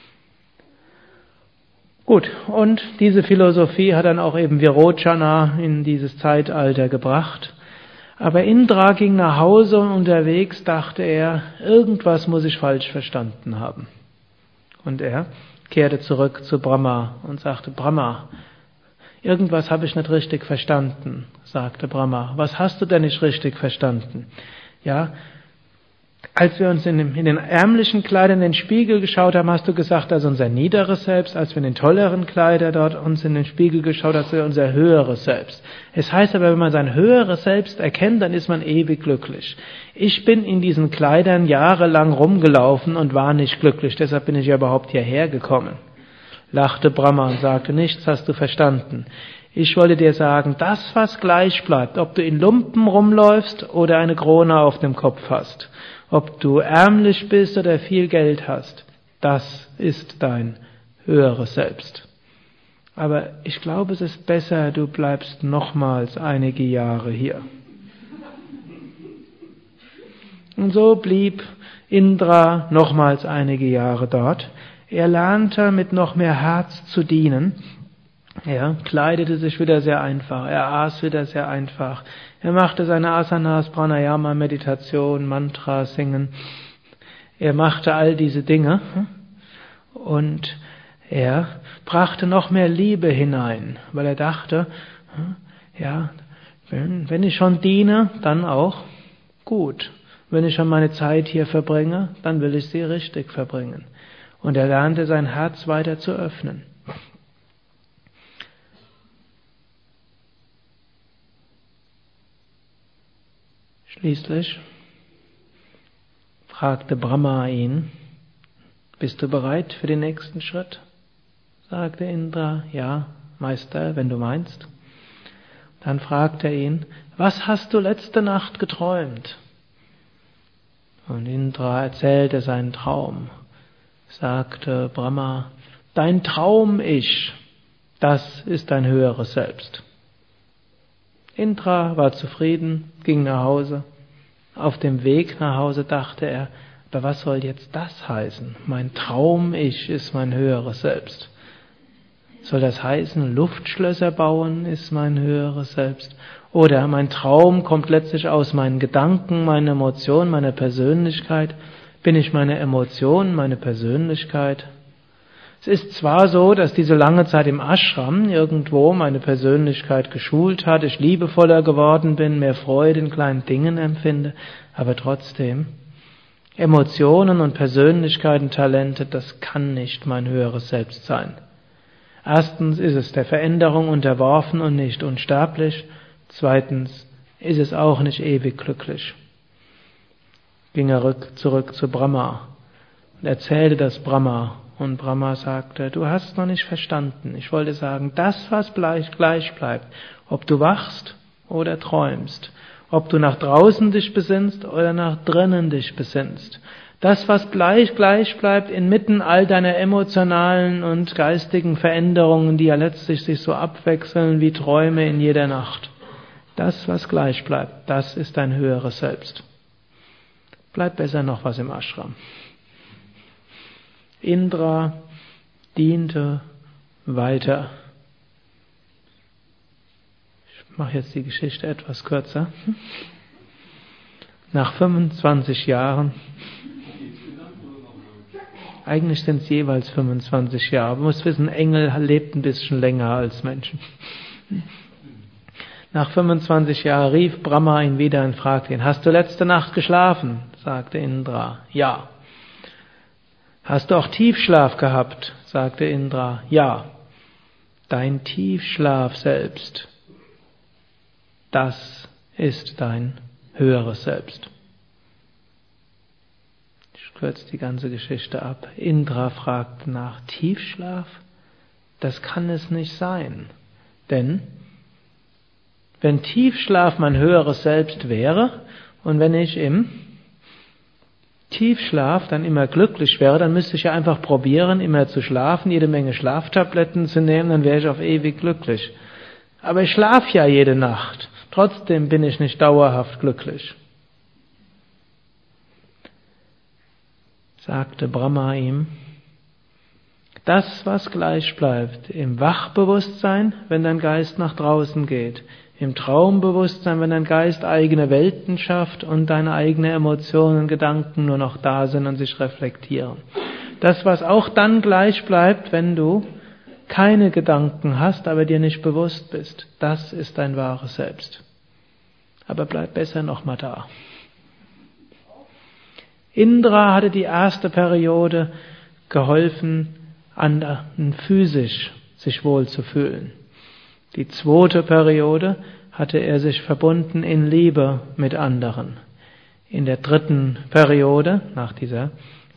Gut, und diese Philosophie hat dann auch eben Virochana in dieses Zeitalter gebracht. Aber Indra ging nach Hause und unterwegs dachte er, irgendwas muss ich falsch verstanden haben. Und er kehrte zurück zu Brahma und sagte, Brahma, irgendwas habe ich nicht richtig verstanden, sagte Brahma. Was hast du denn nicht richtig verstanden? Ja, als wir uns in, dem, in den ärmlichen Kleidern in den Spiegel geschaut haben, hast du gesagt, das ist unser niederes Selbst. Als wir in den tolleren Kleidern dort uns in den Spiegel geschaut haben, das ist unser höheres Selbst. Es heißt aber, wenn man sein höheres Selbst erkennt, dann ist man ewig glücklich. Ich bin in diesen Kleidern jahrelang rumgelaufen und war nicht glücklich, deshalb bin ich ja überhaupt hierher gekommen. Lachte Brahma und sagte, nichts hast du verstanden. Ich wollte dir sagen, das, was gleich bleibt, ob du in Lumpen rumläufst oder eine Krone auf dem Kopf hast, ob du ärmlich bist oder viel Geld hast, das ist dein höheres Selbst. Aber ich glaube, es ist besser, du bleibst nochmals einige Jahre hier. Und so blieb Indra nochmals einige Jahre dort. Er lernte mit noch mehr Herz zu dienen. Er kleidete sich wieder sehr einfach, er aß wieder sehr einfach, er machte seine Asanas, Pranayama, Meditation, Mantra, Singen. Er machte all diese Dinge und er brachte noch mehr Liebe hinein, weil er dachte, ja, wenn, wenn ich schon diene, dann auch gut. Wenn ich schon meine Zeit hier verbringe, dann will ich sie richtig verbringen. Und er lernte sein Herz weiter zu öffnen. Schließlich fragte Brahma ihn, bist du bereit für den nächsten Schritt? Sagte Indra, ja, Meister, wenn du meinst. Dann fragte er ihn, was hast du letzte Nacht geträumt? Und Indra erzählte seinen Traum. Sagte Brahma, dein Traum-Ich, das ist dein höheres Selbst. Indra war zufrieden, ging nach Hause. Auf dem Weg nach Hause dachte er, aber was soll jetzt das heißen? Mein Traum-Ich ist mein höheres Selbst. Soll das heißen, Luftschlösser bauen ist mein höheres Selbst? Oder mein Traum kommt letztlich aus meinen Gedanken, meinen Emotionen, meiner Persönlichkeit? Bin ich meine Emotionen, meine Persönlichkeit? Es ist zwar so, dass diese lange Zeit im Ashram irgendwo meine Persönlichkeit geschult hat, ich liebevoller geworden bin, mehr Freude in kleinen Dingen empfinde, aber trotzdem, Emotionen und Persönlichkeiten, Talente, das kann nicht mein höheres Selbst sein. Erstens ist es der Veränderung unterworfen und nicht unsterblich. Zweitens ist es auch nicht ewig glücklich. Ging er zurück zu Brahma und erzählte das Brahma. Und Brahma sagte, du hast noch nicht verstanden. Ich wollte sagen, das, was gleich, gleich bleibt, ob du wachst oder träumst, ob du nach draußen dich besinnst oder nach drinnen dich besinnst. Das, was gleich, gleich bleibt, inmitten all deiner emotionalen und geistigen Veränderungen, die ja letztlich sich so abwechseln wie Träume in jeder Nacht. Das, was gleich bleibt, das ist dein höheres Selbst. Bleib besser noch was im Ashram. Indra diente weiter. Ich mache jetzt die Geschichte etwas kürzer. Nach fünfundzwanzig Jahren, eigentlich sind es jeweils fünfundzwanzig Jahre, man muss wissen, Engel lebt ein bisschen länger als Menschen. Nach fünfundzwanzig Jahren rief Brahma ihn wieder und fragte ihn, hast du letzte Nacht geschlafen? Sagte Indra, ja. Hast du auch Tiefschlaf gehabt? Sagte Indra, ja. Dein Tiefschlaf selbst, das ist dein höheres Selbst. Ich kürze die ganze Geschichte ab. Indra fragte nach, Tiefschlaf? Das kann es nicht sein. Denn wenn Tiefschlaf mein höheres Selbst wäre und wenn ich im Tiefschlaf dann immer glücklich wäre, dann müsste ich ja einfach probieren, immer zu schlafen, jede Menge Schlaftabletten zu nehmen, dann wäre ich auf ewig glücklich. Aber ich schlafe ja jede Nacht, trotzdem bin ich nicht dauerhaft glücklich. Sagte Brahma ihm, das, was gleich bleibt, im Wachbewusstsein, wenn dein Geist nach draußen geht, im Traumbewusstsein, wenn dein Geist eigene Welten schafft und deine eigenen Emotionen, Gedanken nur noch da sind und sich reflektieren. Das, was auch dann gleich bleibt, wenn du keine Gedanken hast, aber dir nicht bewusst bist, das ist dein wahres Selbst. Aber bleib besser nochmal da. Indra hatte die erste Periode geholfen, anderen physisch sich wohl zu fühlen. Die zweite Periode hatte er sich verbunden in Liebe mit anderen. In der dritten Periode, nach dieser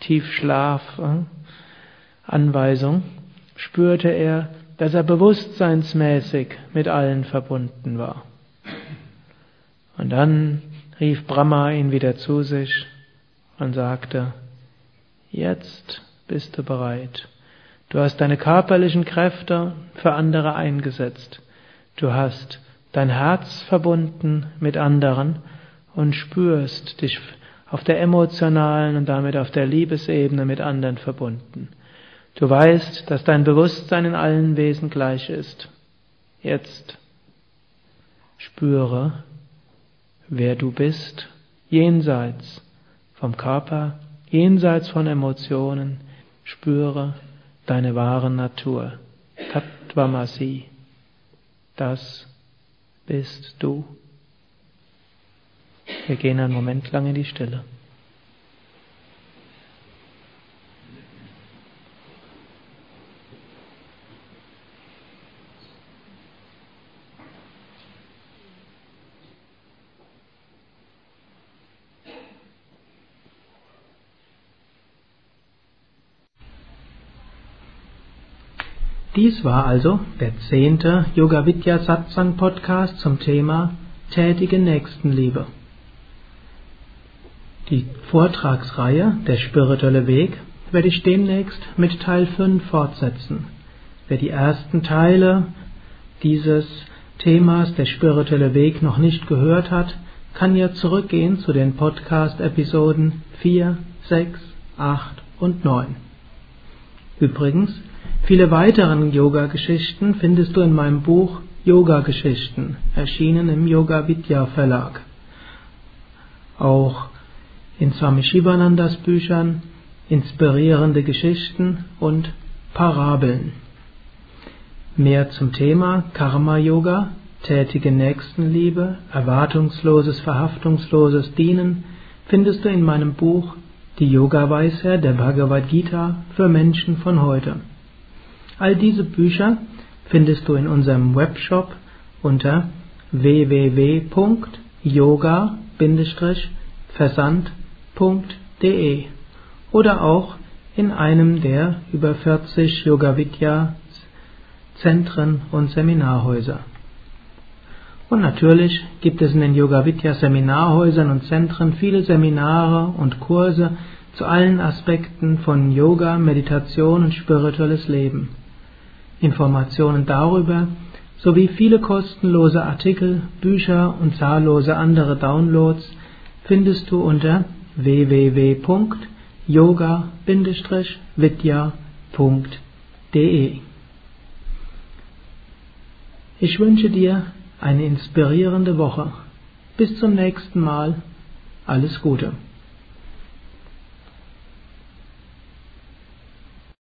Tiefschlaf-Anweisung, spürte er, dass er bewusstseinsmäßig mit allen verbunden war. Und dann rief Brahma ihn wieder zu sich und sagte, jetzt bist du bereit. Du hast deine körperlichen Kräfte für andere eingesetzt. Du hast dein Herz verbunden mit anderen und spürst dich auf der emotionalen und damit auf der Liebesebene mit anderen verbunden. Du weißt, dass dein Bewusstsein in allen Wesen gleich ist. Jetzt spüre, wer du bist, jenseits vom Körper, jenseits von Emotionen, spüre deine wahre Natur. Tattvamasi. Das bist du. Wir gehen einen Moment lang in die Stille. Dies war also der zehnte Yoga Vidya Satsang Podcast zum Thema tätige Nächstenliebe. Die Vortragsreihe Der spirituelle Weg werde ich demnächst mit Teil fünf fortsetzen. Wer die ersten Teile dieses Themas Der spirituelle Weg noch nicht gehört hat, kann ja zurückgehen zu den Podcast-Episoden vier, sechs, acht und neun. Übrigens, viele weitere Yoga-Geschichten findest du in meinem Buch Yoga-Geschichten, erschienen im Yoga Vidya Verlag. Auch in Swami Shivanandas Büchern inspirierende Geschichten und Parabeln. Mehr zum Thema Karma-Yoga, tätige Nächstenliebe, erwartungsloses, verhaftungsloses Dienen findest du in meinem Buch Die Yoga-Weisheit der Bhagavad Gita für Menschen von heute. All diese Bücher findest du in unserem Webshop unter w w w punkt yoga versand punkt d e oder auch in einem der über vierzig Yoga Vidya Zentren und Seminarhäuser. Und natürlich gibt es in den Yoga Vidya Seminarhäusern und Zentren viele Seminare und Kurse zu allen Aspekten von Yoga, Meditation und spirituelles Leben. Informationen darüber sowie viele kostenlose Artikel, Bücher und zahllose andere Downloads findest du unter w w w punkt yoga vidya punkt d e. Ich wünsche dir eine inspirierende Woche. Bis zum nächsten Mal. Alles Gute.